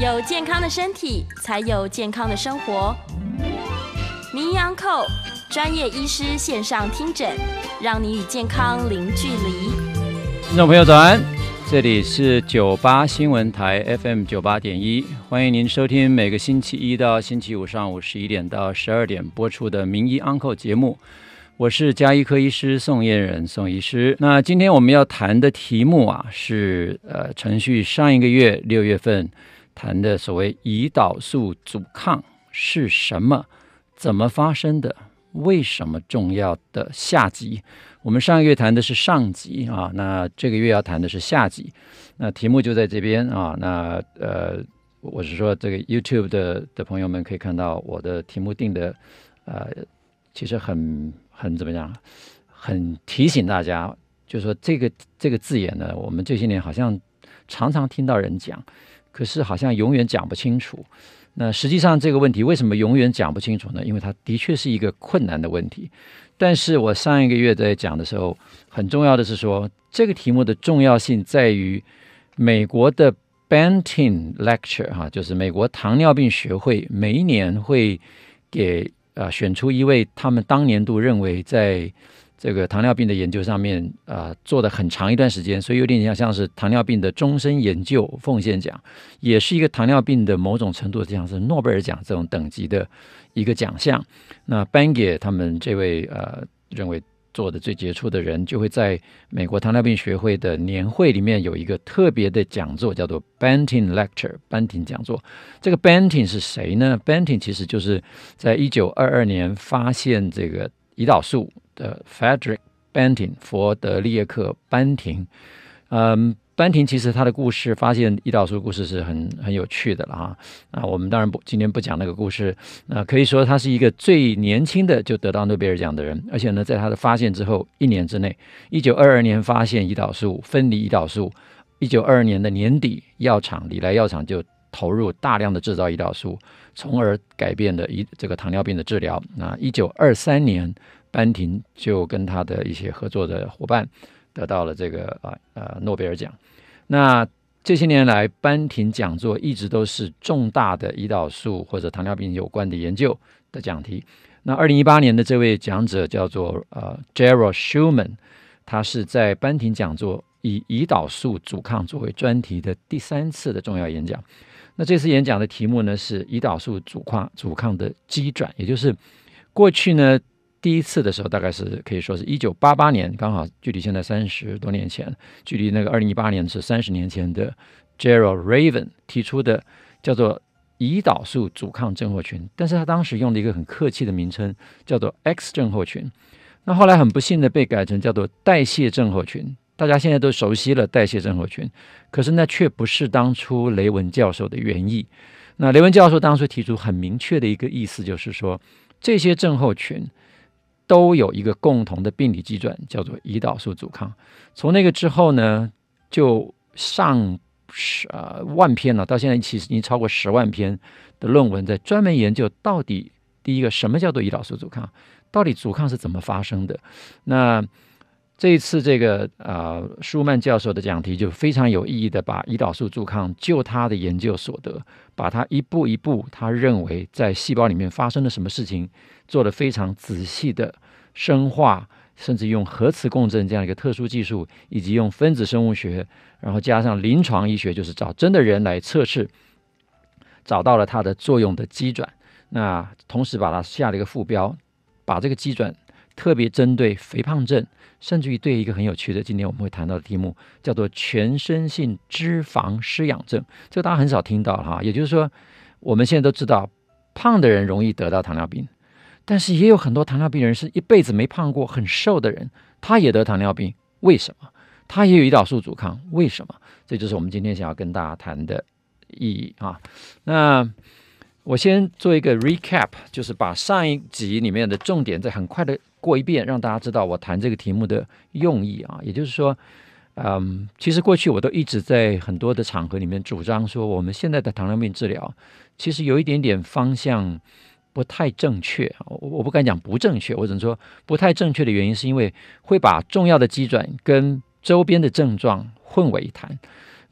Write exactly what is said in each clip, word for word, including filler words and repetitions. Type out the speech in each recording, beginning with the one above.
有健康的身体，才有健康的生活。名医安扣专业医师线上听诊，让你与健康零距离。 听众朋友早安，这里是九八新闻台 F M 九八点一，欢迎您收听每个星期一到星期五上午十一点到十二点播出的名医安扣节目。我是家医科医师宋燕人宋医师。那今天我们要谈的题目啊，是呃程序上一个月六月份谈的所谓胰岛素阻抗是什么、怎么发生的、为什么重要的下集。我们上个月谈的是上集啊，那这个月要谈的是下集。那题目就在这边啊，那呃，我是说这个 YouTube 的的朋友们可以看到我的题目定的呃，其实很很怎么样，很提醒大家，就是说这个这个字眼呢，我们这些年好像常常听到人讲，可是好像永远讲不清楚。那实际上这个问题为什么永远讲不清楚呢？因为它的确是一个困难的问题。但是我上一个月在讲的时候，很重要的是说，这个题目的重要性在于美国的 Banting Lecture 哈，就是美国糖尿病学会每一年会给呃选出一位他们当年度认为在这个糖尿病的研究上面呃做的很长一段时间，所以有点像像是糖尿病的终身研究奉献奖，也是一个糖尿病的某种程度像是诺贝尔奖这种等级的一个奖项。那颁给他们这位呃认为做的最杰出的人，就会在美国糖尿病学会的年会里面有一个特别的讲座，叫做 Banting Lecture 班廷讲座。这个 Banting 是谁呢？ Banting 其实就是在一九二二年发现这个胰岛素的 Frederick Banting 佛德列克班廷。嗯，班廷其实他的故事，发现胰岛素的故事是很很有趣的了哈。那我们当然不今天不讲那个故事。那可以说他是一个最年轻的就得到诺贝尔奖的人，而且呢，在他的发现之后一年之内，一九二二年发现胰岛素，分离胰岛素，一九二二年的年底，药厂礼来药厂就投入大量的制造胰岛素，从而改变了这个糖尿病的治疗。那一九二三年，班廷就跟他的一些合作的伙伴得到了这个呃呃诺贝尔奖。那这些年来，班廷讲座一直都是重大的胰岛素或者糖尿病有关的研究的讲题。那二零一八年的这位讲者叫做呃 Gerald Schumann， 他是在班廷讲座以胰岛素阻抗作为专题的第三次的重要演讲。那这次演讲的题目呢是胰岛素阻抗阻抗的机转，也就是过去呢第一次的时候，大概是可以说是一九八八年，刚好距离现在三十多年前，距离那个二零一八年是三十年前的 Gerald Raven 提出的，叫做胰岛素阻抗症候群，但是他当时用了一个很客气的名称，叫做 X 症候群。那后来很不幸的被改成叫做代谢症候群，大家现在都熟悉了代谢症候群，可是那却不是当初雷文教授的原意。那雷文教授当初提出很明确的一个意思，就是说这些症候群都有一个共同的病理机转，叫做胰岛素阻抗。从那个之后呢，就上呃万篇了，到现在其实已经超过十万篇的论文，在专门研究到底第一个什么叫做胰岛素阻抗，到底阻抗是怎么发生的。那这一次这个呃舒曼教授的讲题就非常有意义的把胰岛素阻抗就他的研究所得，把他一步一步他认为在细胞里面发生了什么事情做了非常仔细的生化，甚至用核磁共振这样一个特殊技术，以及用分子生物学，然后加上临床医学，就是找真的人来测试，找到了它的作用的机转。那同时把它下了一个副标，把这个机转特别针对肥胖症，甚至于对一个很有趣的今天我们会谈到的题目，叫做全身性脂肪失养症。这个大家很少听到哈，也就是说我们现在都知道胖的人容易得到糖尿病，但是也有很多糖尿病人是一辈子没胖过，很瘦的人他也得糖尿病，为什么？他也有胰岛素阻抗，为什么？这就是我们今天想要跟大家谈的意义啊。那我先做一个 recap， 就是把上一集里面的重点再很快的过一遍，让大家知道我谈这个题目的用意啊。也就是说，嗯，其实过去我都一直在很多的场合里面主张说，我们现在的糖尿病治疗其实有一点点方向不太正确，我不敢讲不正确，我只能说不太正确的原因是因为会把重要的机转跟周边的症状混为一谈。那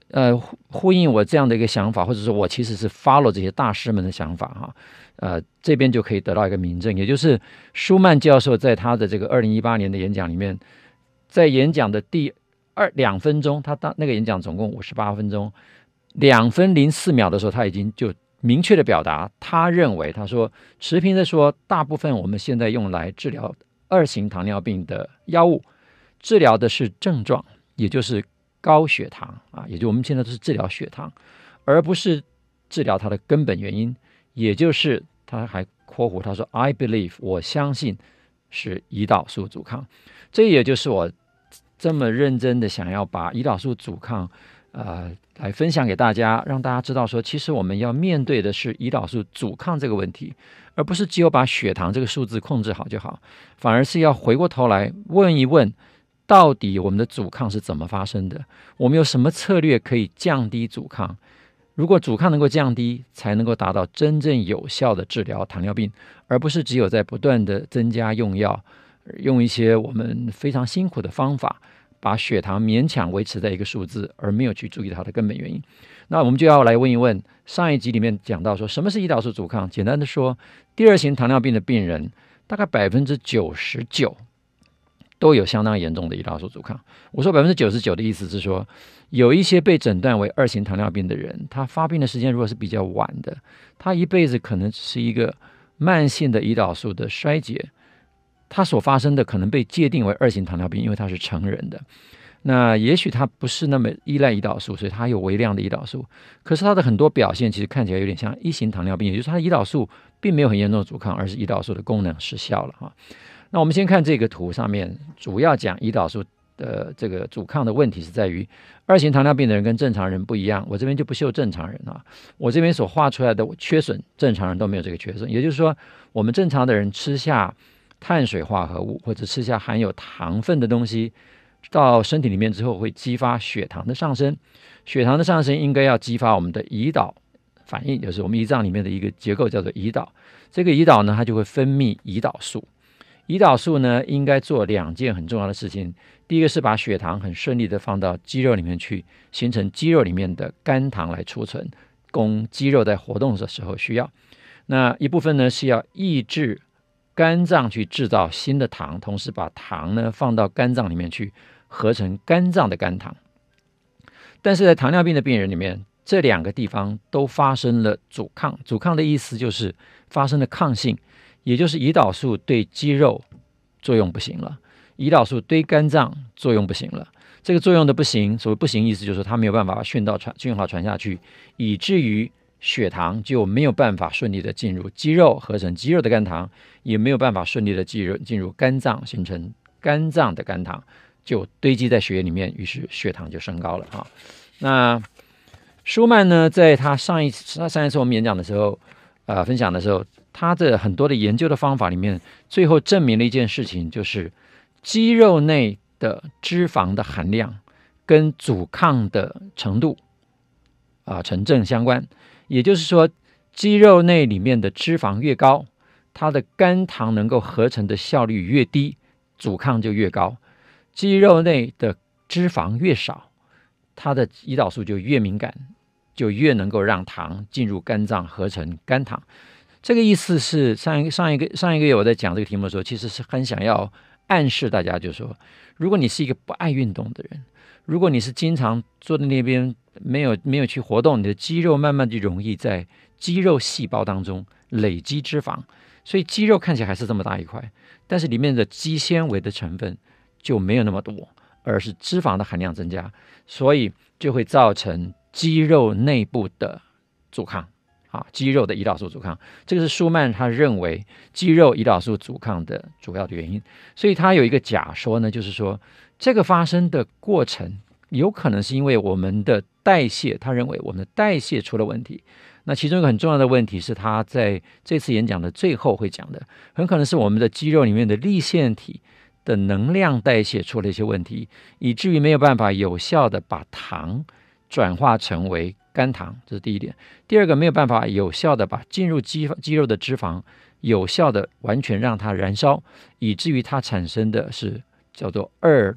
呃呼应我这样的一个想法，或者说我其实是 follow 这些大师们的想法哈，呃，这边就可以得到一个明证，也就是舒曼教授在他的这个二零一八年的演讲里面，在演讲的第二两分钟，他当那个演讲总共五十八分钟，两分零四秒的时候，他已经就明确的表达，他认为他说持平的说，大部分我们现在用来治疗二型糖尿病的药物，治疗的是症状，也就是高血糖啊，也就我们现在都是治疗血糖，而不是治疗它的根本原因，也就是他还括弧他说 I believe 我相信是胰岛素阻抗，这也就是我这么认真的想要把胰岛素阻抗呃来分享给大家，让大家知道说，其实我们要面对的是胰岛素阻抗这个问题，而不是只有把血糖这个数字控制好就好，反而是要回过头来问一问，到底我们的阻抗是怎么发生的，我们有什么策略可以降低阻抗，如果阻抗能够降低，才能够达到真正有效的治疗糖尿病，而不是只有在不断的增加用药，用一些我们非常辛苦的方法把血糖勉强维持在一个数字，而没有去注意它的根本原因。那我们就要来问一问，上一集里面讲到说什么是胰岛素阻抗，简单的说，第二型糖尿病的病人大概 百分之九十九 都有相当严重的胰岛素阻抗。我说 百分之九十九 的意思是说，有一些被诊断为二型糖尿病的人，他发病的时间如果是比较晚的，他一辈子可能只是一个慢性的胰岛素的衰竭，他所发生的可能被界定为二型糖尿病，因为他是成人的。那也许他不是那么依赖胰岛素，所以他有微量的胰岛素，可是他的很多表现其实看起来有点像一型糖尿病，也就是他的胰岛素并没有很严重的阻抗，而是胰岛素的功能失效了哈。那我们先看这个图上面，主要讲胰岛素的这个阻抗的问题是在于，二型糖尿病的人跟正常人不一样，我这边就不秀正常人啊，我这边所画出来的缺损，正常人都没有这个缺损，也就是说，我们正常的人吃下碳水化合物或者吃下含有糖分的东西到身体里面之后，会激发血糖的上升，血糖的上升应该要激发我们的胰岛反应，就是我们胰脏里面的一个结构叫做胰岛，这个胰岛呢，它就会分泌胰岛素，胰岛素呢应该做两件很重要的事情，第一个是把血糖很顺利的放到肌肉里面去，形成肌肉里面的肝糖来储存，供肌肉在活动的时候需要，那一部分呢是要抑制肝脏去制造新的糖，同时把糖呢放到肝脏里面去合成肝脏的肝糖。但是在糖尿病的病人里面，这两个地方都发生了阻抗，阻抗的意思就是发生了抗性，也就是胰岛素对肌肉作用不行了，胰岛素对肝脏作用不行了，这个作用的不行，所谓不行意思就是说它没有办法把讯道传讯号传下去，以至于血糖就没有办法顺利的进入肌肉合成肌肉的肝糖，也没有办法顺利的进入进入肝脏形成肝脏的肝糖，就堆积在血液里面，于是血糖就升高了啊。那舒曼呢，在他上一次上一次我们演讲的时候，呃，分享的时候，他的很多的研究的方法里面，最后证明了一件事情，就是肌肉内的脂肪的含量跟阻抗的程度啊、呃、成正相关。也就是说，肌肉内里面的脂肪越高，它的肝糖能够合成的效率越低，阻抗就越高；肌肉内的脂肪越少，它的胰岛素就越敏感，就越能够让糖进入肝脏合成肝糖。这个意思是上一个上一个上一个月我在讲这个题目的时候，其实是很想要暗示大家，就是说，如果你是一个不爱运动的人，如果你是经常坐在那边没有没有去活动，你的肌肉慢慢就容易在肌肉细胞当中累积脂肪，所以肌肉看起来还是这么大一块，但是里面的肌纤维的成分就没有那么多，而是脂肪的含量增加，所以就会造成肌肉内部的阻抗啊，肌肉的胰岛素阻抗，这个是舒曼他认为肌肉胰岛素阻抗的主要的原因。所以他有一个假说呢，就是说这个发生的过程有可能是因为我们的代谢，他认为我们的代谢出了问题。那其中一个很重要的问题是他在这次演讲的最后会讲的，很可能是我们的肌肉里面的粒线体的能量代谢出了一些问题，以至于没有办法有效的把糖转化成为肝糖，这是第一点。第二个，没有办法有效的把进入 肌, 肌肉的脂肪有效的完全让它燃烧，以至于它产生的是叫做二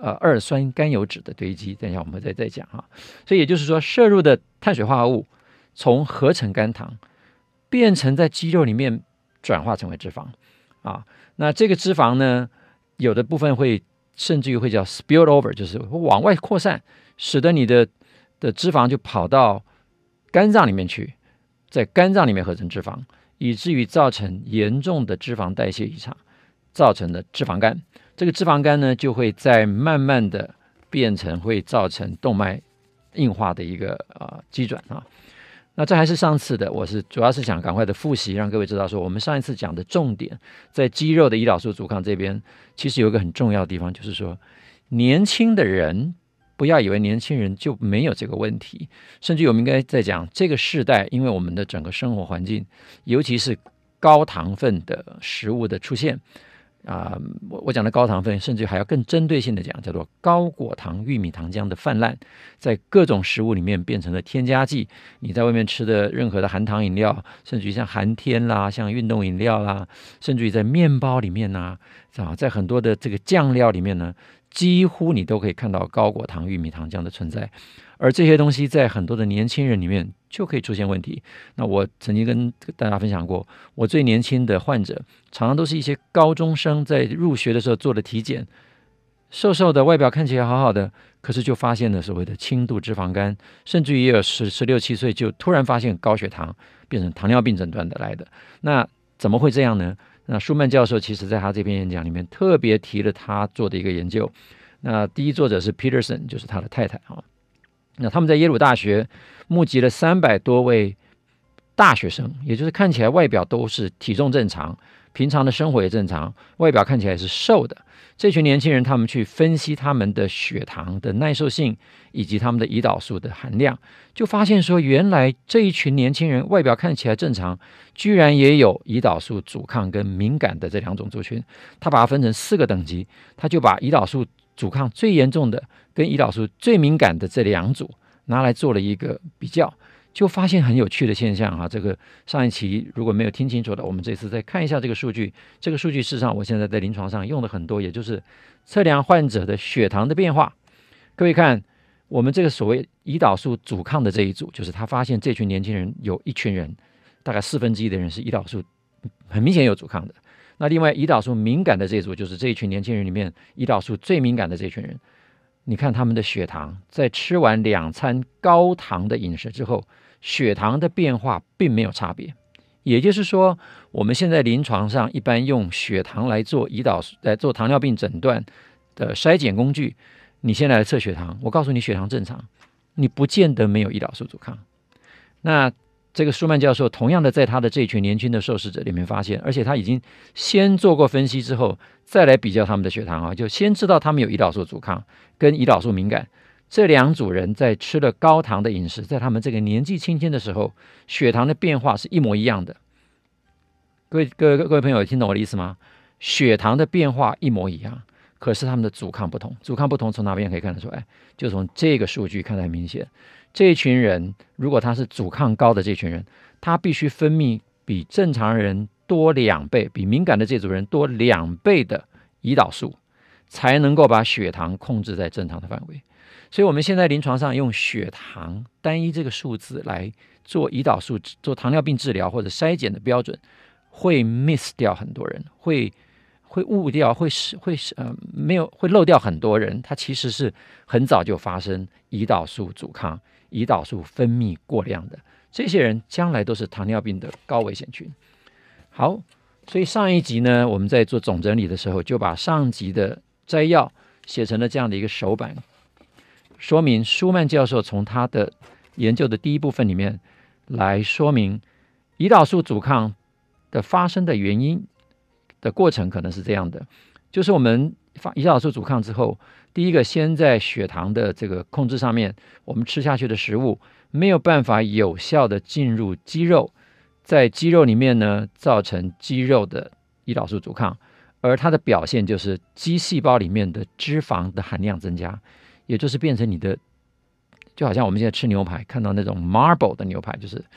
呃二酸甘油脂的堆积，等一下我们会再再讲啊。所以也就是说，摄入的碳水化合物从合成肝糖变成在肌肉里面转化成为脂肪啊。那这个脂肪呢，有的部分会甚至于会叫 spill over， 就是往外扩散，使得你的的脂肪就跑到肝脏里面去，在肝脏里面合成脂肪，以至于造成严重的脂肪代谢异常，造成的脂肪肝。这个脂肪肝呢，就会在慢慢的变成会造成动脉硬化的一个呃机转啊。那这还是上次的，我是主要是想赶快的复习，让各位知道说，我们上一次讲的重点在肌肉的胰岛素阻抗这边，其实有一个很重要的地方，就是说年轻的人不要以为年轻人就没有这个问题，甚至我们应该在讲这个世代，因为我们的整个生活环境，尤其是高糖分的食物的出现啊、呃，我我讲的高糖分，甚至还要更针对性的讲，叫做高果糖玉米糖浆的泛滥，在各种食物里面变成了添加剂。你在外面吃的任何的含糖饮料，甚至于像含天啦，像运动饮料啦，甚至于在面包里面啊，啊，在很多的这个酱料里面呢，几乎你都可以看到高果糖玉米糖浆的存在。而这些东西在很多的年轻人里面就可以出现问题。那我曾经跟大家分享过，我最年轻的患者常常都是一些高中生，在入学的时候做的体检，瘦瘦的，外表看起来好好的，可是就发现了所谓的轻度脂肪肝，甚至于也有十十六七岁就突然发现高血糖，变成糖尿病诊断的来的。那怎么会这样呢？那舒曼教授其实在他这篇演讲里面特别提了他做的一个研究。那第一作者是 Peterson， 就是他的太太啊。那他们在耶鲁大学募集了三百多位大学生，也就是看起来外表都是体重正常，平常的生活也正常，外表看起来是瘦的。这群年轻人，他们去分析他们的血糖的耐受性以及他们的胰岛素的含量，就发现说，原来这一群年轻人外表看起来正常，居然也有胰岛素阻抗跟敏感的这两种族群。他把它分成四个等级，他就把胰岛素阻抗最严重的跟胰岛素最敏感的这两组拿来做了一个比较，就发现很有趣的现象哈。这个上一期如果没有听清楚的，我们这次再看一下这个数据。这个数据事实上我现在在临床上用的很多，也就是测量患者的血糖的变化。各位看，我们这个所谓胰岛素阻抗的这一组，就是他发现这群年轻人有一群人，大概四分之一的人是胰岛素很明显有阻抗的。那另外胰岛素敏感的这一组，就是这一群年轻人里面胰岛素最敏感的这群人，你看他们的血糖在吃完两餐高糖的饮食之后，血糖的变化并没有差别。也就是说，我们现在临床上一般用血糖来做胰岛素来做糖尿病诊断的筛检工具，你现在来测血糖，我告诉你血糖正常，你不见得没有胰岛素阻抗。那这个舒曼教授同样的在他的这群年轻的受试者里面发现，而且他已经先做过分析之后再来比较他们的血糖啊，就先知道他们有胰岛素阻抗跟胰岛素敏感。这两组人在吃了高糖的饮食，在他们这个年纪轻轻的时候，血糖的变化是一模一样的。各位各位各位朋友，有听懂我的意思吗？血糖的变化一模一样，可是他们的阻抗不同。阻抗不同从哪边可以看得出来？就从这个数据看得很明显。这一群人如果他是阻抗高的这群人，他必须分泌比正常人多两倍，比敏感的这组人多两倍的胰岛素，才能够把血糖控制在正常的范围。所以我们现在临床上用血糖单一这个数字来做胰岛素做糖尿病治疗或者筛检的标准，会 miss 掉很多人，会会误掉，会会呃没有会漏掉很多人。他其实是很早就发生胰岛素阻抗、胰岛素分泌过量的，这些人将来都是糖尿病的高危险群。好，所以上一集呢，我们在做总整理的时候，就把上集的摘要写成了这样的一个手板，说明舒曼教授从他的研究的第一部分里面来说明胰岛素阻抗的发生的原因的过程可能是这样的，就是我们胰岛素阻抗之后，第一个先在血糖的这个控制上面，我们吃下去的食物没有办法有效的进入肌肉，在肌肉里面呢造成肌肉的胰岛素阻抗，而它的表现就是肌细胞里面的脂肪的含量增加，也就是变成你的，就好像我们现在吃牛排看到那种 marble 的牛排，就是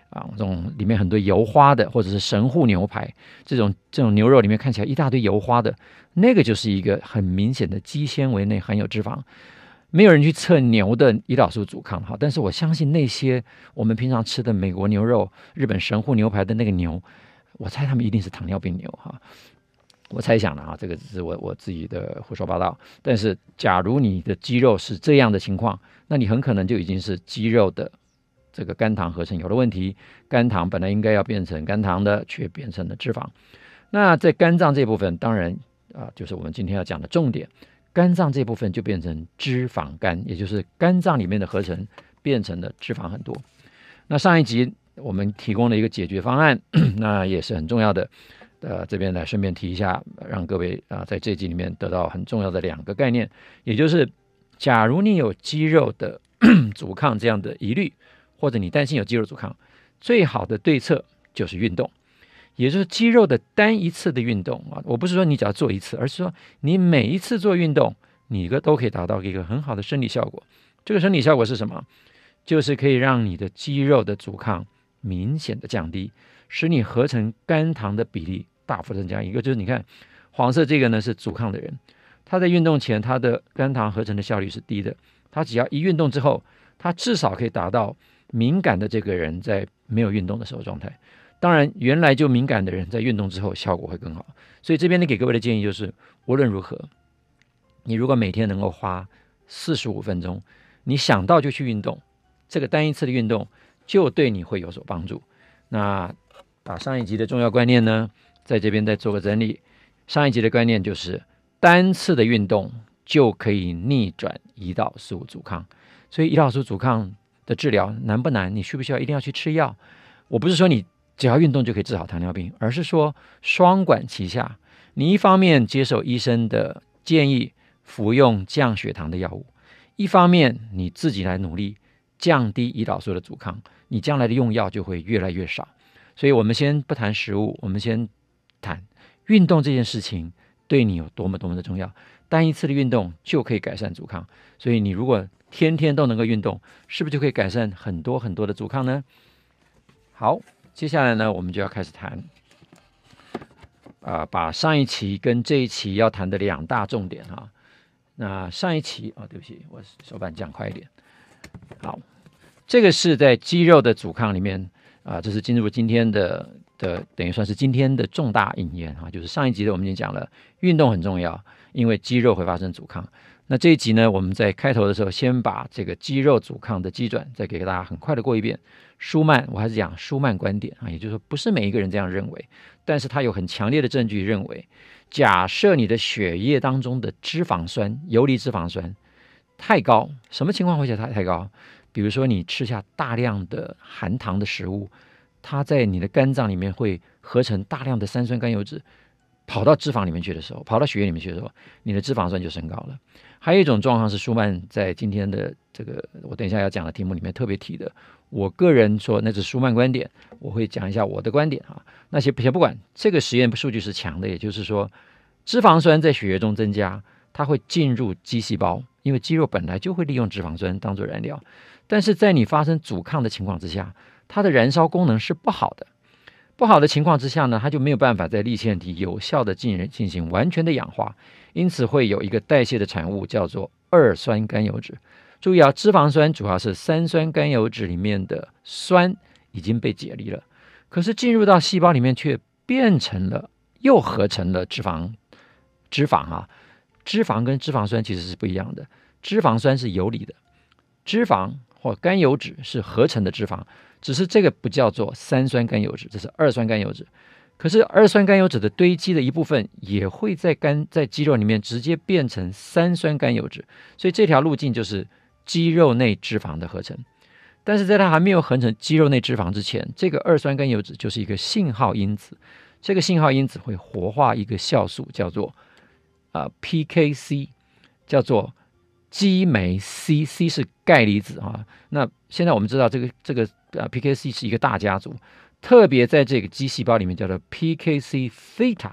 啊，这种里面很多油花的，或者是神户牛排这种这种牛肉里面看起来一大堆油花的，那个就是一个很明显的肌纤维内含有脂肪。没有人去测牛的胰岛素阻抗，但是我相信那些我们平常吃的美国牛肉、日本神户牛排的那个牛，我猜他们一定是糖尿病牛哈。我猜想的啊，这个只是我我自己的胡说八道。但是，假如你的肌肉是这样的情况，那你很可能就已经是肌肉的这个肝糖合成有了问题。肝糖本来应该要变成肝糖的，却变成了脂肪。那在肝脏这部分，当然啊，就是我们今天要讲的重点。肝脏这部分就变成脂肪肝，也就是肝脏里面的合成变成了脂肪很多。那上一集我们提供了一个解决方案，那也是很重要的。呃，这边来顺便提一下，让各位啊、呃、在这集里面得到很重要的两个概念，也就是假如你有肌肉的阻抗这样的疑虑，或者你担心有肌肉阻抗，最好的对策就是运动。也就是肌肉的单一次的运动啊，我不是说你只要做一次，而是说你每一次做运动，你都可以达到一个很好的生理效果。这个生理效果是什么？就是可以让你的肌肉的阻抗明显的降低，使你合成肝糖的比例大幅增加。一个就是你看黄色这个呢是阻抗的人，他在运动前他的肝糖合成的效率是低的，他只要一运动之后，他至少可以达到敏感的这个人在没有运动的时候状态。当然原来就敏感的人在运动之后效果会更好。所以这边呢给各位的建议就是，无论如何你如果每天能够花四十五分钟，你想到就去运动，这个单一次的运动就对你会有所帮助。那把上一集的重要观念呢在这边再做个整理。上一集的观念就是单次的运动就可以逆转胰岛素阻抗。所以胰岛素阻抗的治疗难不难？你需不需要一定要去吃药？我不是说你只要运动就可以治好糖尿病，而是说双管齐下，你一方面接受医生的建议服用降血糖的药物，一方面你自己来努力降低胰岛素的阻抗，你将来的用药就会越来越少。所以我们先不谈食物，我们先谈运动这件事情对你有多么多么的重要。单一次的运动就可以改善阻抗，所以你如果天天都能够运动，是不是就可以改善很多很多的阻抗呢？好，接下来呢我们就要开始谈呃、把上一期跟这一期要谈的两大重点哈。那上一期哦，对不起，我手板讲快一点。好，这个是在肌肉的阻抗里面啊、呃，这是进入今天的的等于算是今天的重大引言哈，就是上一集的我们已经讲了运动很重要，因为肌肉会发生阻抗。那这一集呢，我们在开头的时候先把这个肌肉阻抗的机转再给大家很快的过一遍。舒曼，我还是讲舒曼观点啊，也就是说不是每一个人这样认为，但是他有很强烈的证据认为，假设你的血液当中的脂肪酸、游离脂肪酸太高，什么情况会使它太高？比如说你吃下大量的含糖的食物，它在你的肝脏里面会合成大量的三酸甘油酯，跑到脂肪里面去的时候，跑到血液里面去的时候，你的脂肪酸就升高了。还有一种状况是舒曼在今天的这个我等一下要讲的题目里面特别提的，我个人说那是舒曼观点，我会讲一下我的观点啊。那些先不管，这个实验数据是强的，也就是说脂肪酸在血液中增加，它会进入肌细胞，因为肌肉本来就会利用脂肪酸当作燃料，但是在你发生阻抗的情况之下，它的燃烧功能是不好的。不好的情况之下呢，它就没有办法在粒线体有效的进进行完全的氧化，因此会有一个代谢的产物叫做二酸甘油酯。注意啊，脂肪酸主要是三酸甘油酯里面的酸已经被解离了，可是进入到细胞里面却变成了又合成了脂肪脂肪啊，脂肪跟脂肪酸其实是不一样的，脂肪酸是游离的，脂肪或甘油酯是合成的脂肪，只是这个不叫做三酸甘油酯，这是二酸甘油酯。可是二酸甘油酯的堆积的一部分也会在肝在肌肉里面直接变成三酸甘油酯，所以这条路径就是肌肉内脂肪的合成。但是在它还没有合成肌肉内脂肪之前，这个二酸甘油酯就是一个信号因子，这个信号因子会活化一个酵素叫做、呃、P K C， 叫做激酶 C， C 是钙离子啊。那现在我们知道这个这个、呃、P K C 是一个大家族，特别在这个肌细胞里面叫做 P K C theta，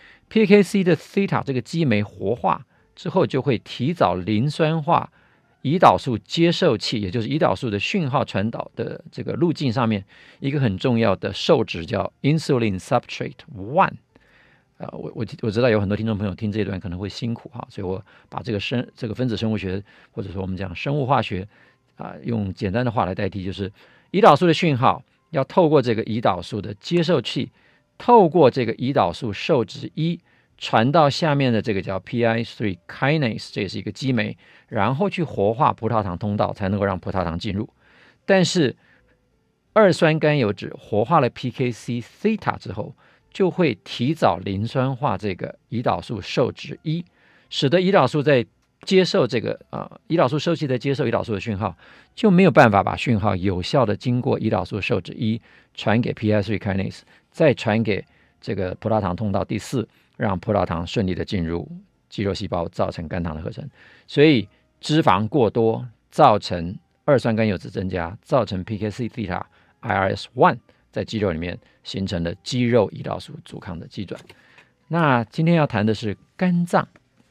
P K C 的 theta 这个激酶活化之后就会提早磷酸化胰岛素接受器，也就是胰岛素的讯号传导的这个路径上面一个很重要的受质叫 insulin substrate one。呃，我我我知道有很多听众朋友听这一段可能会辛苦哈，所以我把这个生这个分子生物学或者说我们讲生物化学啊、呃，用简单的话来代替，就是胰岛素的讯号要透过这个胰岛素的接受器，透过这个胰岛素受质一传到下面的这个叫 P I 三 kinase， 这也是一个激酶，然后去活化葡萄糖通道，才能够让葡萄糖进入。但是二酸甘油酯活化了 P K C theta 之后，就会提早磷酸化这个胰岛素受质一，使得胰岛素在接受这个呃胰岛素受器在接受胰岛素的讯号，就没有办法把讯号有效的经过胰岛素受质一传给 P I 三 kinase， 再传给这个葡萄糖通道第四，让葡萄糖顺利的进入肌肉细胞，造成肝糖的合成。所以脂肪过多造成二酸甘油酯增加，造成 P K C theta I R S 一 在肌肉里面形成了肌肉胰岛素阻抗的机转。那今天要谈的是肝脏。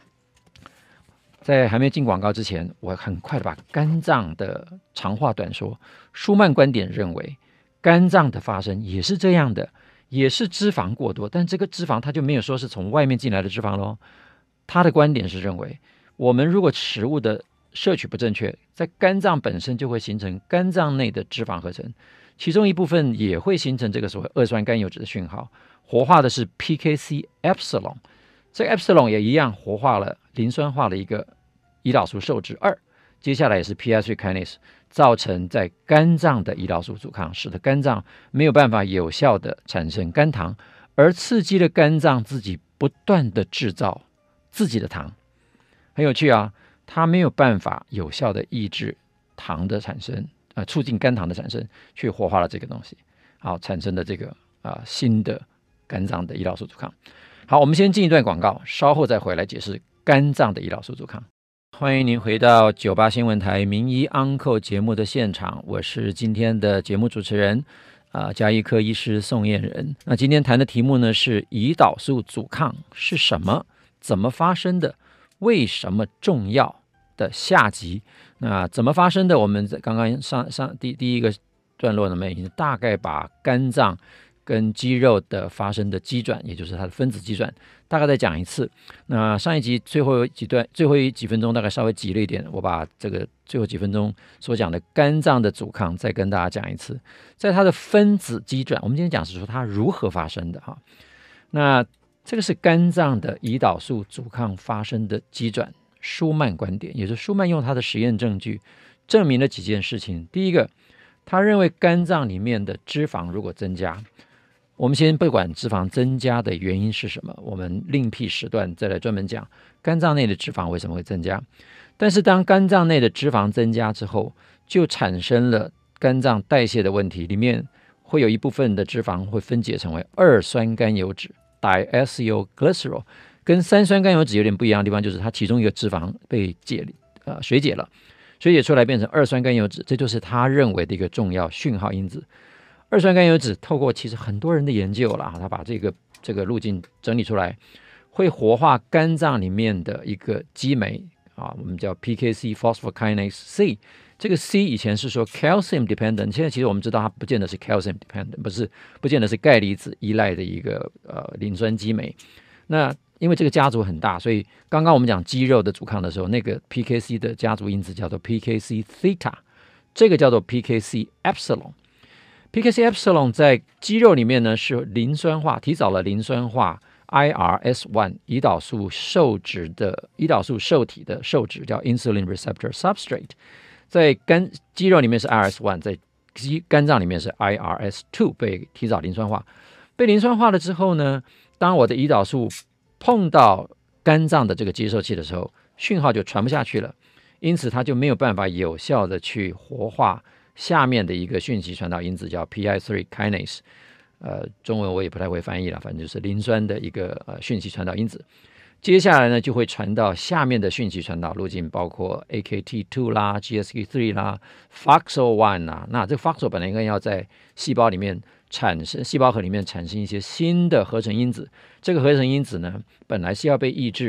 在还没进广告之前，我很快的把肝脏的长话短说。舒曼观点认为，肝脏的发生也是这样的，也是脂肪过多，但这个脂肪它就没有说是从外面进来的脂肪咯。他的观点是认为，我们如果食物的摄取不正确，在肝脏本身就会形成肝脏内的脂肪合成，其中一部分也会形成这个所谓二酸甘油酯的讯号，活化的是 P K C epsilon， 这个 epsilon 也一样活化了磷酸化的一个胰岛素受质二，接下来也是 P I 三 kinase， 造成在肝脏的胰岛素阻抗，使得肝脏没有办法有效的产生肝糖，而刺激了肝脏自己不断的制造自己的糖。很有趣啊，它没有办法有效的抑制糖的产生，呃，促进肝糖的产生，却活化了这个东西，好，产生的这个啊、呃、新的肝脏的胰岛素阻抗。好，我们先进一段广告，稍后再回来解释肝脏的胰岛素阻抗。欢迎您回到九八新闻台名医 Uncle 节目的现场，我是今天的节目主持人啊、呃，家医科医师宋燕人。那今天谈的题目呢是胰岛素阻抗是什么？怎么发生的？为什么重要？的下集。那怎么发生的？我们在刚刚上上第第一个段落呢，我们已经大概把肝脏跟肌肉的发生的机转，也就是它的分子机转，大概再讲一次。那上一集最后几段最后几分钟大概稍微急了一点，我把这个最后几分钟所讲的肝脏的阻抗再跟大家讲一次。在它的分子机转，我们今天讲是说它如何发生的哈。那这个是肝脏的胰岛素阻抗发生的机转。舒曼观点，也就是舒曼用他的实验证据证明了几件事情。第一个，他认为肝脏里面的脂肪如果增加，我们先不管脂肪增加的原因是什么，我们另辟时段再来专门讲肝脏内的脂肪为什么会增加。但是当肝脏内的脂肪增加之后，就产生了肝脏代谢的问题，里面会有一部分的脂肪会分解成为二酸甘油酯 diacylglycerol，跟三酸甘油酯有点不一样的地方，就是它其中一个脂肪被解呃水解了，水解出来变成二酸甘油酯，这就是他认为的一个重要讯号因子。二酸甘油酯透过其实很多人的研究了，他把这个这个路径整理出来，会活化肝脏里面的一个激酶啊，我们叫 P K C phosphokinase C。这个 C 以前是说 calcium dependent， 现在其实我们知道它不见得是 calcium dependent， 不是不见得是钙离子依赖的一个呃磷酸激酶。那因为这个家族很大，所以刚刚我们讲肌肉的阻抗的时候，那个 P K C 的家族因子叫做 P K C theta， 这个叫做 P K C epsilon。P K C epsilon 在肌肉里面呢是磷酸化，提早了磷酸化 I R S 一 胰岛素受质的胰岛素受体的受质叫 insulin receptor substrate， 在肝肌肉里面是 I R S 一， 在肌肝脏里面是 I R S 二 被提早磷酸化。被磷酸化了之后呢，当我的胰岛素碰到肝脏的这个接受器的时候，讯号就传不下去了，因此它就没有办法有效的去活化下面的一个讯息传导因子叫 P I 三 kinase， 呃，中文我也不太会翻译了，反正就是磷酸的一个呃讯息传导因子。接下来呢，就会传到下面的讯息传导路径，包括 A K T 二 啦、G S K 三 啦、F O X O 一 啦。那这个 F O X O 本来应该要在细胞里面产生，细胞核里面产生一些新的合成因子。这个合成因子呢，本来是要被抑制，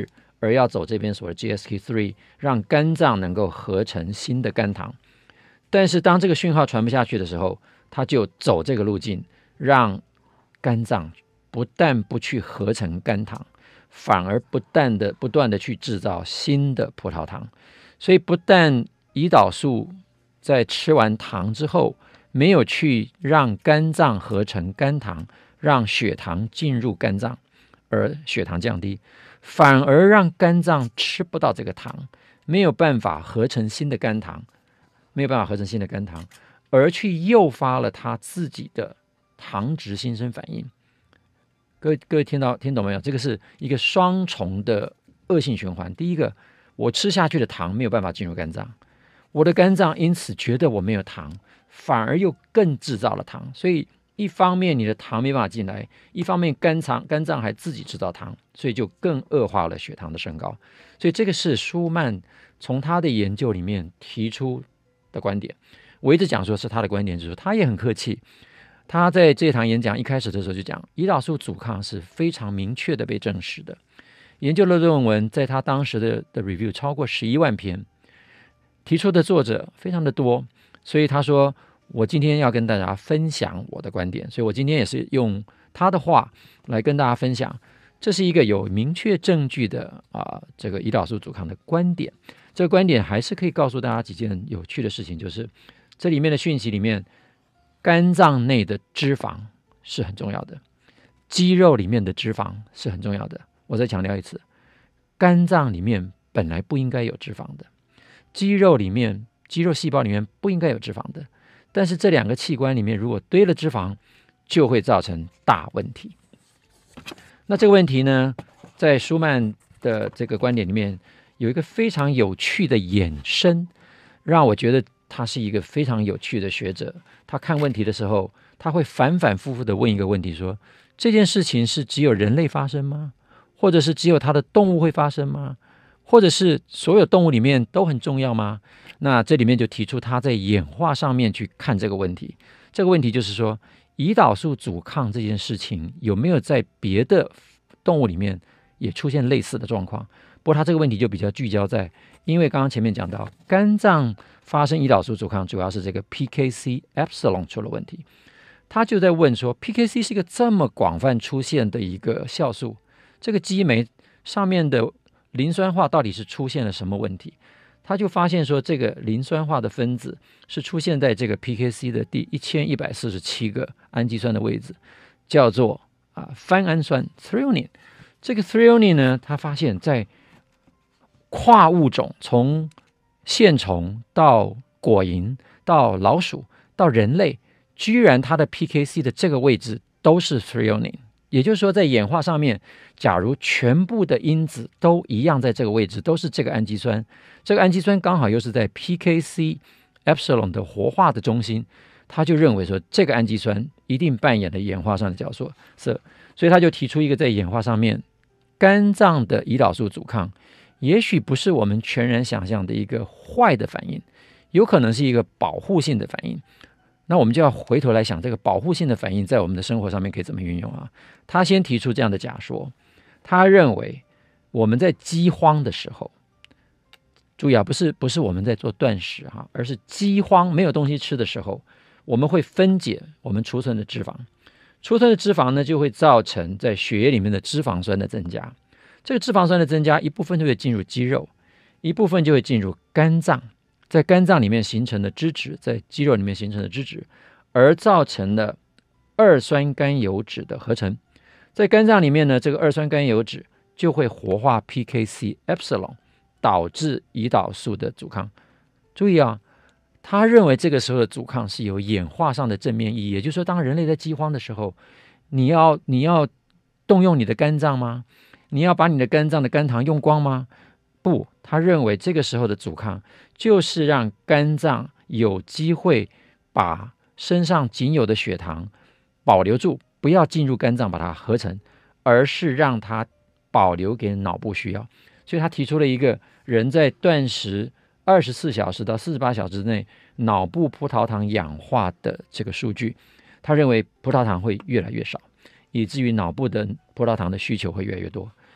而要走这边所谓的 G S K 三， 让肝脏能够合成新的肝糖。但是当这个讯号传不下去的时候，它就走这个路径，让肝脏不但不去合成肝糖，反而不断的不断的去制造新的葡萄糖。所以不但胰岛素在吃完糖之后没有去让肝脏合成肝糖，让血糖进入肝脏而血糖降低，反而让肝脏吃不到这个糖，没有办法合成新的肝糖，没有办法合成新的肝糖，而去诱发了它自己的糖质新生反应。各位各位听到听懂没有？这个是一个双重的恶性循环。第一个，我吃下去的糖没有办法进入肝脏，我的肝脏因此觉得我没有糖，反而又更制造了糖。所以一方面你的糖没办法进来，一方面肝脏肝脏还自己制造糖，所以就更恶化了血糖的升高。所以这个是舒曼从他的研究里面提出的观点。我一直讲说是他的观点，就是他也很客气。他在这场演讲一开始的时候就讲，胰岛素阻抗是非常明确的被证实的。研究的论文在他当时 的, 的 review 超过十一万篇，提出的作者非常的多，所以他说我今天要跟大家分享我的观点，所以我今天也是用他的话来跟大家分享，这是一个有明确证据的、呃、这个胰岛素阻抗的观点。这个观点还是可以告诉大家几件有趣的事情，就是这里面的讯息里面，肝脏内的脂肪是很重要的，肌肉里面的脂肪是很重要的。我再强调一次，肝脏里面本来不应该有脂肪的，肌肉里面肌肉细胞里面不应该有脂肪的，但是这两个器官里面如果堆了脂肪，就会造成大问题。那这个问题呢，在舒曼的这个观点里面有一个非常有趣的衍生，让我觉得他是一个非常有趣的学者。他看问题的时候，他会反反复复的问一个问题，说这件事情是只有人类发生吗？或者是只有它的动物会发生吗？或者是所有动物里面都很重要吗？那这里面就提出他在演化上面去看这个问题。这个问题就是说，胰岛素阻抗这件事情有没有在别的动物里面也出现类似的状况？不过他这个问题就比较聚焦在，因为刚刚前面讲到肝脏发生胰岛素阻抗主要是这个 P K C epsilon 出了问题。他就在问说 P K C 是一个这么广泛出现的一个酵素，这个激酶上面的磷酸化到底是出现了什么问题？他就发现说，这个磷酸化的分子是出现在这个 P K C 的第一千一百四十七个氨基酸的位置，叫做、啊、番氨酸 threonine。 这个 threonine 呢，他发现在跨物种，从线虫到果蝇到老鼠到人类，居然它的 P K C 的这个位置都是 threonine。也就是说，在演化上面，假如全部的因子都一样在这个位置，都是这个氨基酸，这个氨基酸刚好又是在 P K C epsilon 的活化的中心，他就认为说这个氨基酸一定扮演了演化上的角色，所以他就提出一个在演化上面，肝脏的胰岛素阻抗也许不是我们全然想象的一个坏的反应，有可能是一个保护性的反应。那我们就要回头来想，这个保护性的反应在我们的生活上面可以怎么运用啊？他先提出这样的假说，他认为我们在饥荒的时候，注意啊，不是不是我们在做断食哈，而是饥荒没有东西吃的时候，我们会分解我们储存的脂肪，储存的脂肪呢就会造成在血液里面的脂肪酸的增加，这个脂肪酸的增加一部分就会进入肌肉，一部分就会进入肝脏，在肝脏里面形成的脂质，在肌肉里面形成的脂质，而造成了二酸甘油酯的合成。在肝脏里面呢，这个二酸甘油酯就会活化 P K C epsilon， 导致胰岛素的阻抗。注意啊，他认为这个时候的阻抗是有演化上的正面意义，也就是说，当人类在饥荒的时候，你要你要动用你的肝脏吗？你要把你的肝脏的肝糖用光吗？不，他认为这个时候的阻抗就是让肝脏有机会把身上仅有的血糖保留住，不要进入肝脏把它合成，而是让它保留给脑部需要。所以他提出了一个人在断食二十四小时到四十八小时内脑部葡萄糖氧化的这个数据，他认为葡萄糖会越来越少，以至于脑部的葡萄糖的需求会越来越多。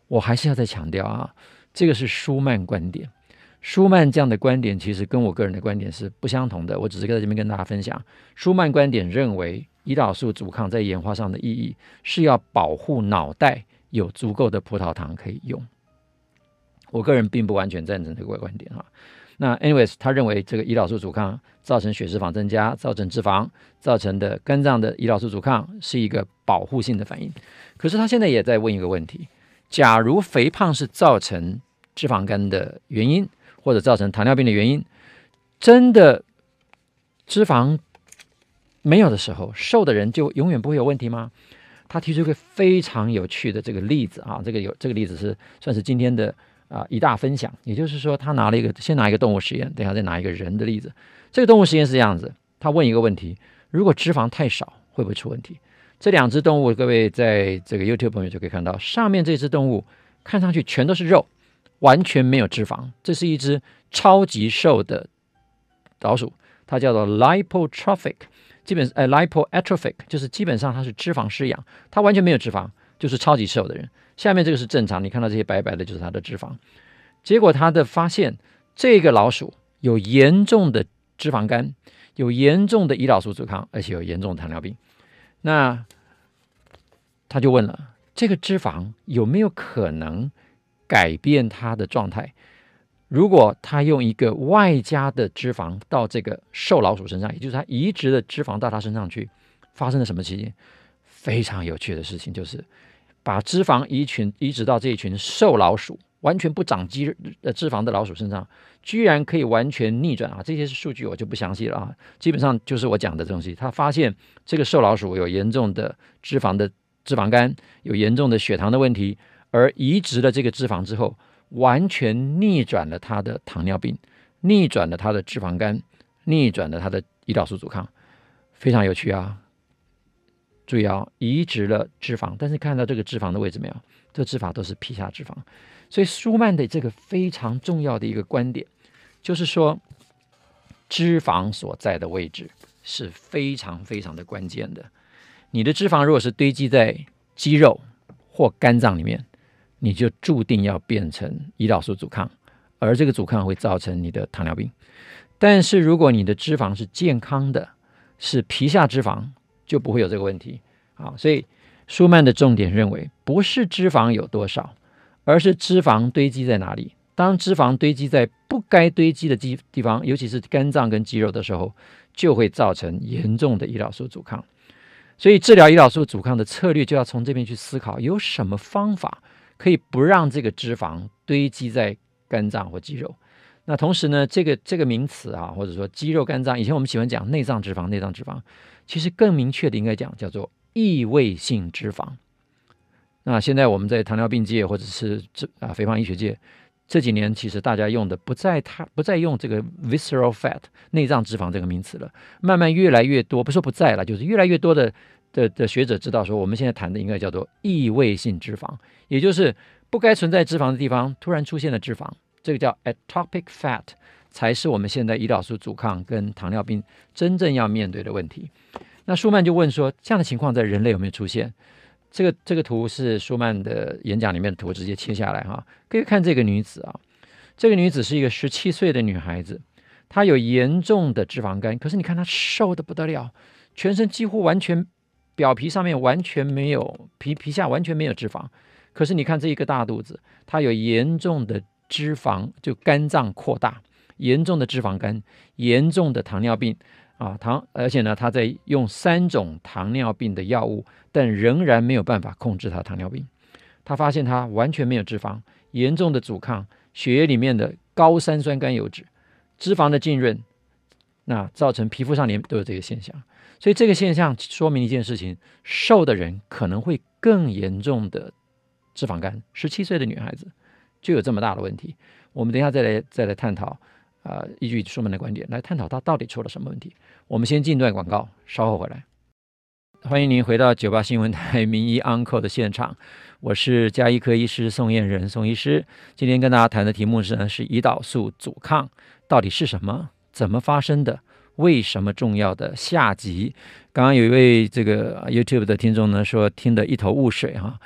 我还是要再强调啊，这个是舒曼观点。舒曼这样的观点其实跟我个人的观点是不相同的，我只是在这边跟大家分享。舒曼观点认为胰岛素阻抗在演化上的意义是要保护脑袋有足够的葡萄糖可以用。我个人并不完全赞成这个观点啊。那 anyways 他认为这个胰岛素阻抗造成血脂肪增加，造成脂肪，造成的肝脏的胰岛素阻抗是一个保护性的反应。可是他现在也在问一个问题，假如肥胖是造成脂肪肝的原因，或者造成糖尿病的原因，真的脂肪没有的时候，瘦的人就永远不会有问题吗？他提出一个非常有趣的这个例子啊，这个有这个例子是算是今天的啊、呃、一大分享。也就是说，他拿了一个先拿一个动物实验，等一下再拿一个人的例子。这个动物实验是这样子，他问一个问题：如果脂肪太少，会不会出问题？这两只动物，各位在这个 YouTube 朋友就可以看到，上面这只动物看上去全都是肉，完全没有脂肪。这是一只超级瘦的老鼠，它叫做 lipotrophic， 基本呃 lipoatrophic， 就是基本上它是脂肪失养，它完全没有脂肪，就是超级瘦的人。下面这个是正常，你看到这些白白的就是它的脂肪。结果他的发现，这个老鼠有严重的脂肪肝，有严重的胰岛素阻抗，而且有严重的糖尿病。那他就问了，这个脂肪有没有可能改变它的状态？如果他用一个外加的脂肪到这个瘦老鼠身上，也就是他移植的脂肪到他身上去，发生了什么事情？非常有趣的事情，就是把脂肪移群移植到这一群瘦老鼠，完全不长肌的脂肪的老鼠身上，居然可以完全逆转啊！这些数据我就不详细了啊，基本上就是我讲的东西。他发现这个瘦老鼠有严重的脂肪的脂肪肝，有严重的血糖的问题，而移植了这个脂肪之后，完全逆转了他的糖尿病，逆转了他的脂肪肝，逆转了他的胰岛素阻抗，非常有趣啊！注意啊，移植了脂肪，但是看到这个脂肪的位置没有？这脂肪都是皮下脂肪。所以舒曼的这个非常重要的一个观点，就是说脂肪所在的位置是非常非常的关键的。你的脂肪如果是堆积在肌肉或肝脏里面，你就注定要变成胰岛素阻抗，而这个阻抗会造成你的糖尿病。但是如果你的脂肪是健康的，是皮下脂肪，就不会有这个问题。好，所以舒曼的重点认为，不是脂肪有多少，而是脂肪堆积在哪里。当脂肪堆积在不该堆积的地方，尤其是肝脏跟肌肉的时候，就会造成严重的胰岛素阻抗。所以治疗胰岛素阻抗的策略就要从这边去思考，有什么方法可以不让这个脂肪堆积在肝脏或肌肉。那同时呢，这个这个名词啊，或者说肌肉肝脏，以前我们喜欢讲内脏脂肪，内脏脂肪其实更明确的应该讲叫做异位性脂肪。那现在我们在糖尿病界或者是啊肥胖医学界，这几年其实大家用的不再它不再用这个 visceral fat 内脏脂肪这个名词了，慢慢越来越多，不说不在了，就是越来越多的的的学者知道说，我们现在谈的应该叫做异位性脂肪，也就是不该存在脂肪的地方突然出现了脂肪，这个叫 ectopic fat， 才是我们现在胰岛素阻抗跟糖尿病真正要面对的问题。那舒曼就问说，这样的情况在人类有没有出现？这个这个图是舒曼的演讲里面的图，直接切下来哈，可以看这个女子啊，这个女子是一个十七岁的女孩子，她有严重的脂肪肝，可是你看她瘦得不得了，全身几乎完全表皮上面完全没有皮皮下完全没有脂肪，可是你看这一个大肚子，她有严重的脂肪，就肝脏扩大，严重的脂肪肝，严重的糖尿病。啊，糖，而且呢，他在用三种糖尿病的药物，但仍然没有办法控制他糖尿病。他发现他完全没有脂肪，严重的阻抗，血液里面的高三酸甘油脂，脂肪的浸润，那造成皮肤上连都有这个现象。所以这个现象说明一件事情：瘦的人可能会更严重的脂肪肝。十七岁的女孩子就有这么大的问题。我们等一下再来再来探讨。呃，依据舒曼的观点来探讨他到底出了什么问题。我们先进段广告，稍后回来。欢迎您回到九八新闻台名医 Uncle 的现场，我是家医科医师宋彦仁宋医师。今天跟大家谈的题目是呢，是胰岛素阻抗到底是什么，怎么发生的，为什么重要的下集。刚刚有一位这个 YouTube 的听众呢说听得一头雾水哈。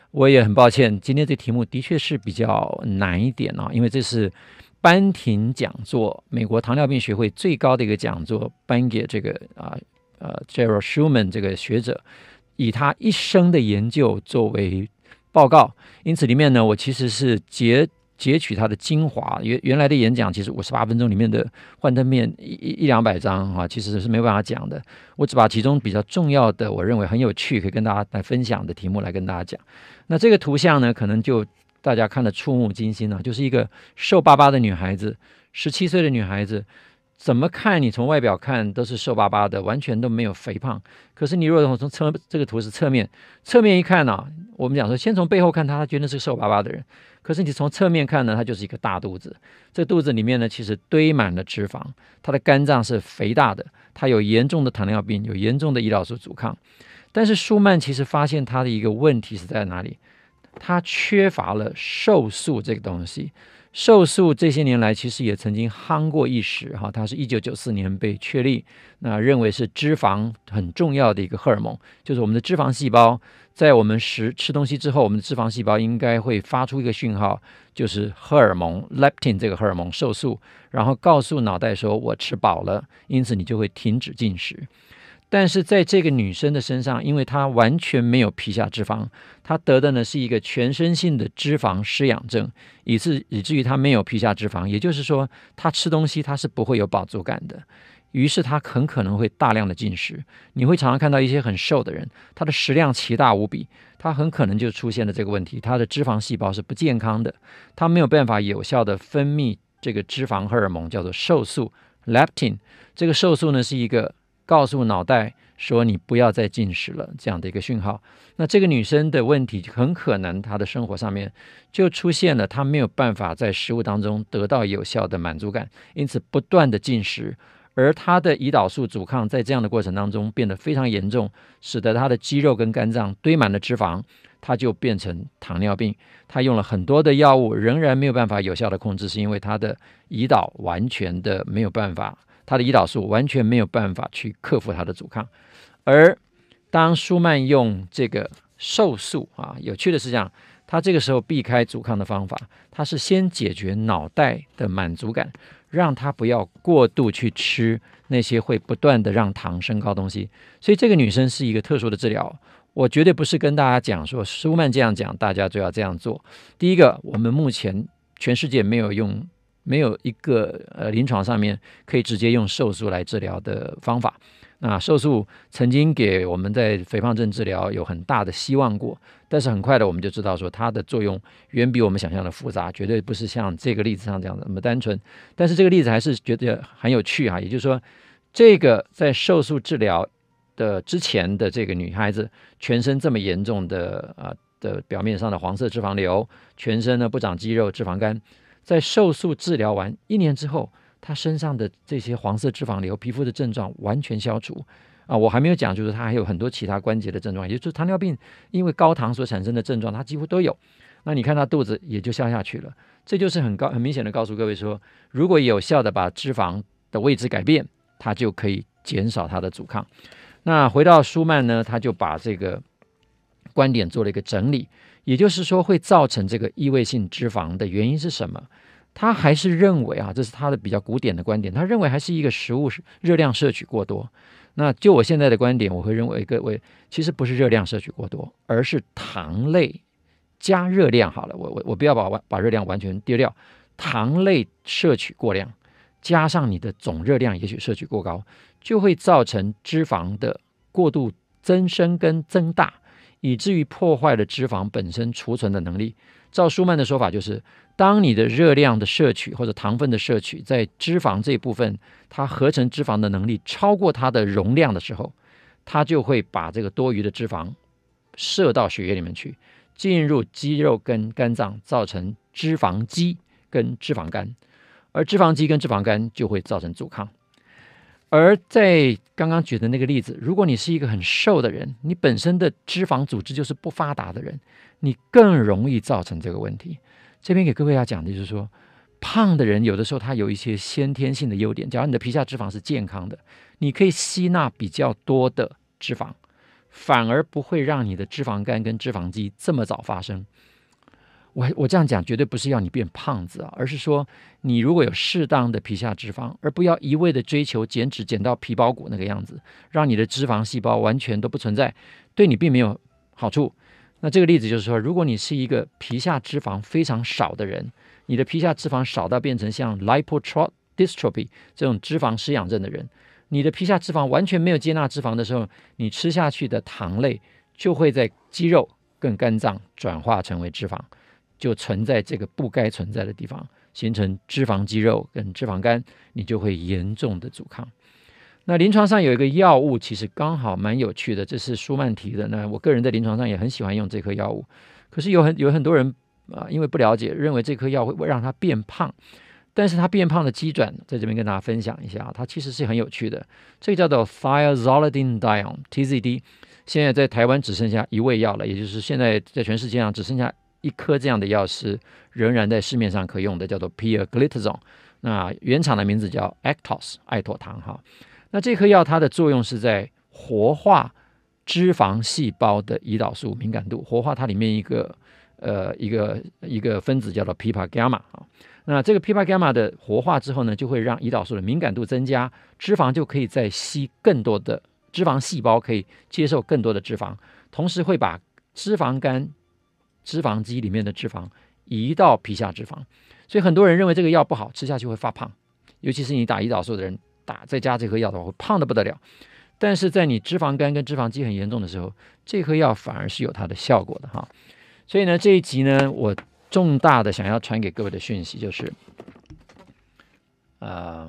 我也很抱歉，今天这题目的确是比较难一点啊，因为这是班廷讲座，美国糖尿病学会最高的一个讲座，颁给这个啊呃 Gerald Schumann 这个学者，以他一生的研究作为报告，因此里面呢，我其实是截截取他的精华。原原来的演讲其实五十八分钟里面的幻灯片一一两百张啊，其实是没有办法讲的。我只把其中比较重要的，我认为很有趣，可以跟大家来分享的题目来跟大家讲。那这个图像呢，可能就大家看得触目惊心啊，就是一个瘦巴巴的女孩子，十七岁的女孩子。怎么看你从外表看都是瘦巴巴的，完全都没有肥胖。可是你如果从侧这个图是侧面，侧面一看啊，我们讲说先从背后看她，她觉得是瘦巴巴的人。可是你从侧面看呢，她就是一个大肚子。这肚子里面呢，其实堆满了脂肪，她的肝脏是肥大的，她有严重的糖尿病，有严重的胰岛素阻抗。但是舒曼其实发现她的一个问题是在哪里？她缺乏了瘦素这个东西。瘦素这些年来其实也曾经夯过一时哈，它是一九九四年被确立，那认为是脂肪很重要的一个荷尔蒙，就是我们的脂肪细胞在我们食吃东西之后，我们的脂肪细胞应该会发出一个讯号，就是荷尔蒙 leptin 这个荷尔蒙瘦素，然后告诉脑袋说我吃饱了，因此你就会停止进食。但是在这个女生的身上，因为她完全没有皮下脂肪，她得的呢是一个全身性的脂肪失养症，以致以至于她没有皮下脂肪，也就是说她吃东西她是不会有饱足感的，于是她很可能会大量的进食。你会常常看到一些很瘦的人，他的食量奇大无比，他很可能就出现了这个问题，他的脂肪细胞是不健康的，他没有办法有效的分泌这个脂肪荷尔蒙，叫做瘦素 leptin。 这个瘦素呢是一个告诉脑袋说你不要再进食了这样的一个讯号。那这个女生的问题很可能她的生活上面就出现了她没有办法在食物当中得到有效的满足感，因此不断的进食，而她的胰岛素阻抗在这样的过程当中变得非常严重，使得她的肌肉跟肝脏堆满了脂肪，她就变成糖尿病。她用了很多的药物仍然没有办法有效的控制，是因为她的胰岛完全的没有办法，他的胰岛素完全没有办法去克服他的阻抗。而当舒曼用这个瘦素啊，有趣的是这样，他这个时候避开阻抗的方法，他是先解决脑袋的满足感，让他不要过度去吃那些会不断的让糖升高的东西。所以这个女生是一个特殊的治疗，我绝对不是跟大家讲说舒曼这样讲大家就要这样做。第一个，我们目前全世界没有用没有一个呃临床上面可以直接用瘦素来治疗的方法。那瘦素曾经给我们在肥胖症治疗有很大的希望过，但是很快的我们就知道说它的作用远比我们想象的复杂，绝对不是像这个例子上这样的那么单纯。但是这个例子还是觉得很有趣啊，也就是说，这个在瘦素治疗的之前的这个女孩子，全身这么严重的啊、呃、的表面上的黄色脂肪瘤，全身呢不长肌肉、脂肪肝。在瘦素治疗完一年之后，他身上的这些黄色脂肪瘤、皮肤的症状完全消除啊！我还没有讲，就是他还有很多其他关节的症状，也就是糖尿病因为高糖所产生的症状，他几乎都有。那你看他肚子也就消下去了，这就是很高很明显的告诉各位说，如果有效的把脂肪的位置改变，它就可以减少它的阻抗。那回到舒曼呢，他就把这个观点做了一个整理。也就是说，会造成这个异位性脂肪的原因是什么？他还是认为啊，这是他的比较古典的观点，他认为还是一个食物热量摄取过多。那就我现在的观点，我会认为各位其实不是热量摄取过多，而是糖类加热量好了，我我我不要把把热量完全丢掉，糖类摄取过量，加上你的总热量也许摄取过高，就会造成脂肪的过度增生跟增大，以至于破坏了脂肪本身储存的能力。照舒曼的说法就是，当你的热量的摄取或者糖分的摄取在脂肪这一部分，它合成脂肪的能力超过它的容量的时候，它就会把这个多余的脂肪射到血液里面去，进入肌肉跟肝脏，造成脂肪肌跟脂肪肝，而脂肪肌跟脂肪肝就会造成阻抗。而在刚刚举的那个例子，如果你是一个很瘦的人，你本身的脂肪组织就是不发达的人，你更容易造成这个问题。这边给各位要讲的就是说，胖的人有的时候他有一些先天性的优点，假如你的皮下脂肪是健康的，你可以吸纳比较多的脂肪， 反而不会让你的脂肪肝跟脂肪肌这么早发生。我我这样讲绝对不是要你变胖子啊，而是说你如果有适当的皮下脂肪，而不要一味的追求减脂减到皮包骨那个样子，让你的脂肪细胞完全都不存在，对你并没有好处。那这个例子就是说，如果你是一个皮下脂肪非常少的人，你的皮下脂肪少到变成像 lipodystrophy 这种脂肪失养症的人，你的皮下脂肪完全没有接纳脂肪的时候，你吃下去的糖类就会在肌肉跟肝脏转化成为脂肪，就存在这个不该存在的地方，形成脂肪肌肉跟脂肪肝，你就会严重的阻抗。那临床上有一个药物，其实刚好蛮有趣的，这是舒曼提的。那我个人在临床上也很喜欢用这颗药物，可是有很有很多人啊、呃，因为不了解，认为这颗药会让它变胖。但是它变胖的机转，在这边跟大家分享一下，它其实是很有趣的。这个叫做 thiazolidine T Z D， 现在在台湾只剩下一味药了，也就是现在在全世界上只剩下一颗这样的药是仍然在市面上可用的，叫做 pioglitazone。那原厂的名字叫 Actos 艾妥糖哈。那这颗药它的作用是在活化脂肪细胞的胰岛素敏感度，活化它里面一个呃一个一个分子叫做 pipa gamma 啊。那这个 pipa gamma 的活化之后呢，就会让胰岛素的敏感度增加，脂肪就可以再吸更多的脂肪细胞，可以接受更多的脂肪，同时会把脂肪肝、脂肪肌里面的脂肪移到皮下脂肪。所以很多人认为这个药不好，吃下去会发胖，尤其是你打胰岛素的人，打再加这颗药的话会胖得不得了。但是在你脂肪肝跟脂肪肌很严重的时候，这颗药反而是有它的效果的哈。所以呢，这一集呢，我重大的想要传给各位的讯息就是，呃，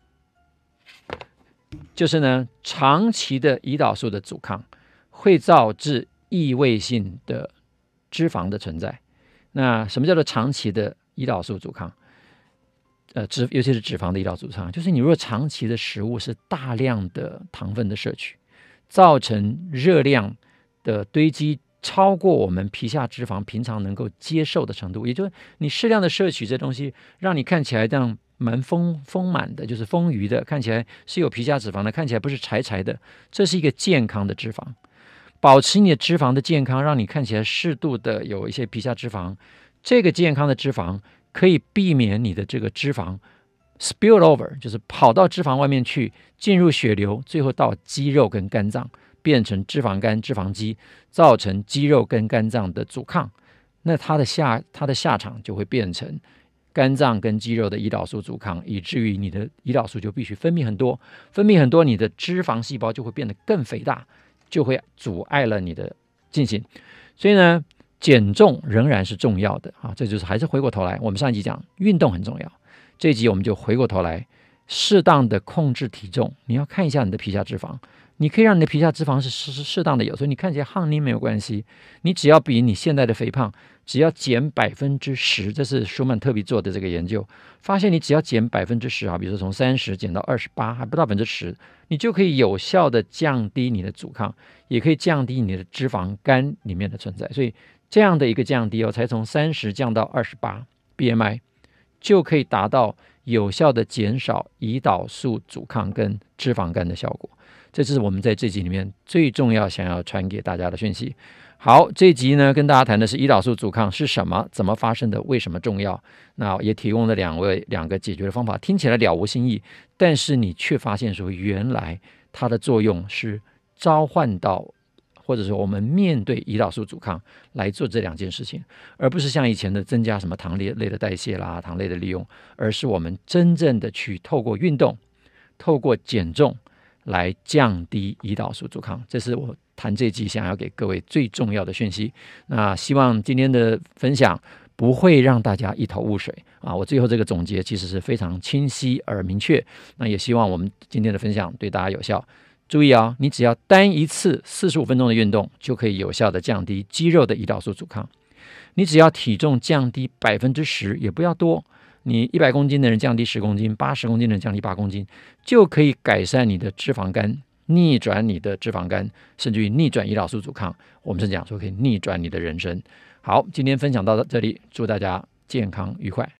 就是呢，长期的胰岛素的阻抗会导致异位性的脂肪的存在。那什么叫做长期的胰岛素阻抗？呃，脂尤其是脂肪的胰岛素阻抗，就是你如果长期的食物是大量的糖分的摄取，造成热量的堆积超过我们皮下脂肪平常能够接受的程度，也就是你适量的摄取这东西，让你看起来这样蛮丰丰满的，就是丰腴的，看起来是有皮下脂肪的，看起来不是柴柴的，这是一个健康的脂肪。保持你的脂肪的健康，让你看起来适度的有一些皮下脂肪，这个健康的脂肪可以避免你的这个脂肪 spill over， 就是跑到脂肪外面去，进入血流，最后到肌肉跟肝脏，变成脂肪肝、脂肪肌，造成肌肉跟肝脏的阻抗。那它的下它的下场就会变成肝脏跟肌肉的胰岛素阻抗，以至于你的胰岛素就必须分泌很多，分泌很多，你的脂肪细胞就会变得更肥大，就会阻碍了你的进行。所以呢，减重仍然是重要的啊，这就是还是回过头来，我们上一集讲运动很重要，这一集我们就回过头来，适当的控制体重。你要看一下你的皮下脂肪，你可以让你的皮下脂肪是适当的有，所以你看起来胖妮没有关系，你只要比你现在的肥胖只要减百分之十，这是舒曼特别做的这个研究，发现你只要减百分之十啊，比如说从三十减到二十八，还不到百分之十，你就可以有效的降低你的阻抗，也可以降低你的脂肪肝里面的存在。所以这样的一个降低哦，才从三十降到二十八 B M I， 就可以达到有效的减少胰岛素阻抗跟脂肪肝的效果。这是我们在这集里面最重要想要传给大家的讯息。好，这一集呢跟大家谈的是胰岛素阻抗是什么，怎么发生的，为什么重要。那也提供了两位两个解决的方法，听起来了无新意，但是你却发现说原来它的作用是召唤到，或者说我们面对胰岛素阻抗来做这两件事情，而不是像以前的增加什么糖类的代谢啦、糖类的利用，而是我们真正的去透过运动、透过减重来降低胰岛素阻抗。这是我谈这集想要给各位最重要的讯息。那希望今天的分享不会让大家一头雾水啊！我最后这个总结其实是非常清晰而明确。那也希望我们今天的分享对大家有效。注意啊，你只要单一次四十五分钟的运动，就可以有效的降低肌肉的胰岛素阻抗。你只要体重降低百分之十，也不要多。你一百公斤的人降低十公斤，八十公斤的人降低八公斤，就可以改善你的脂肪肝，逆转你的脂肪肝，甚至于逆转胰岛素阻抗。我们是讲说可以逆转你的人生。好，今天分享到这里，祝大家健康愉快。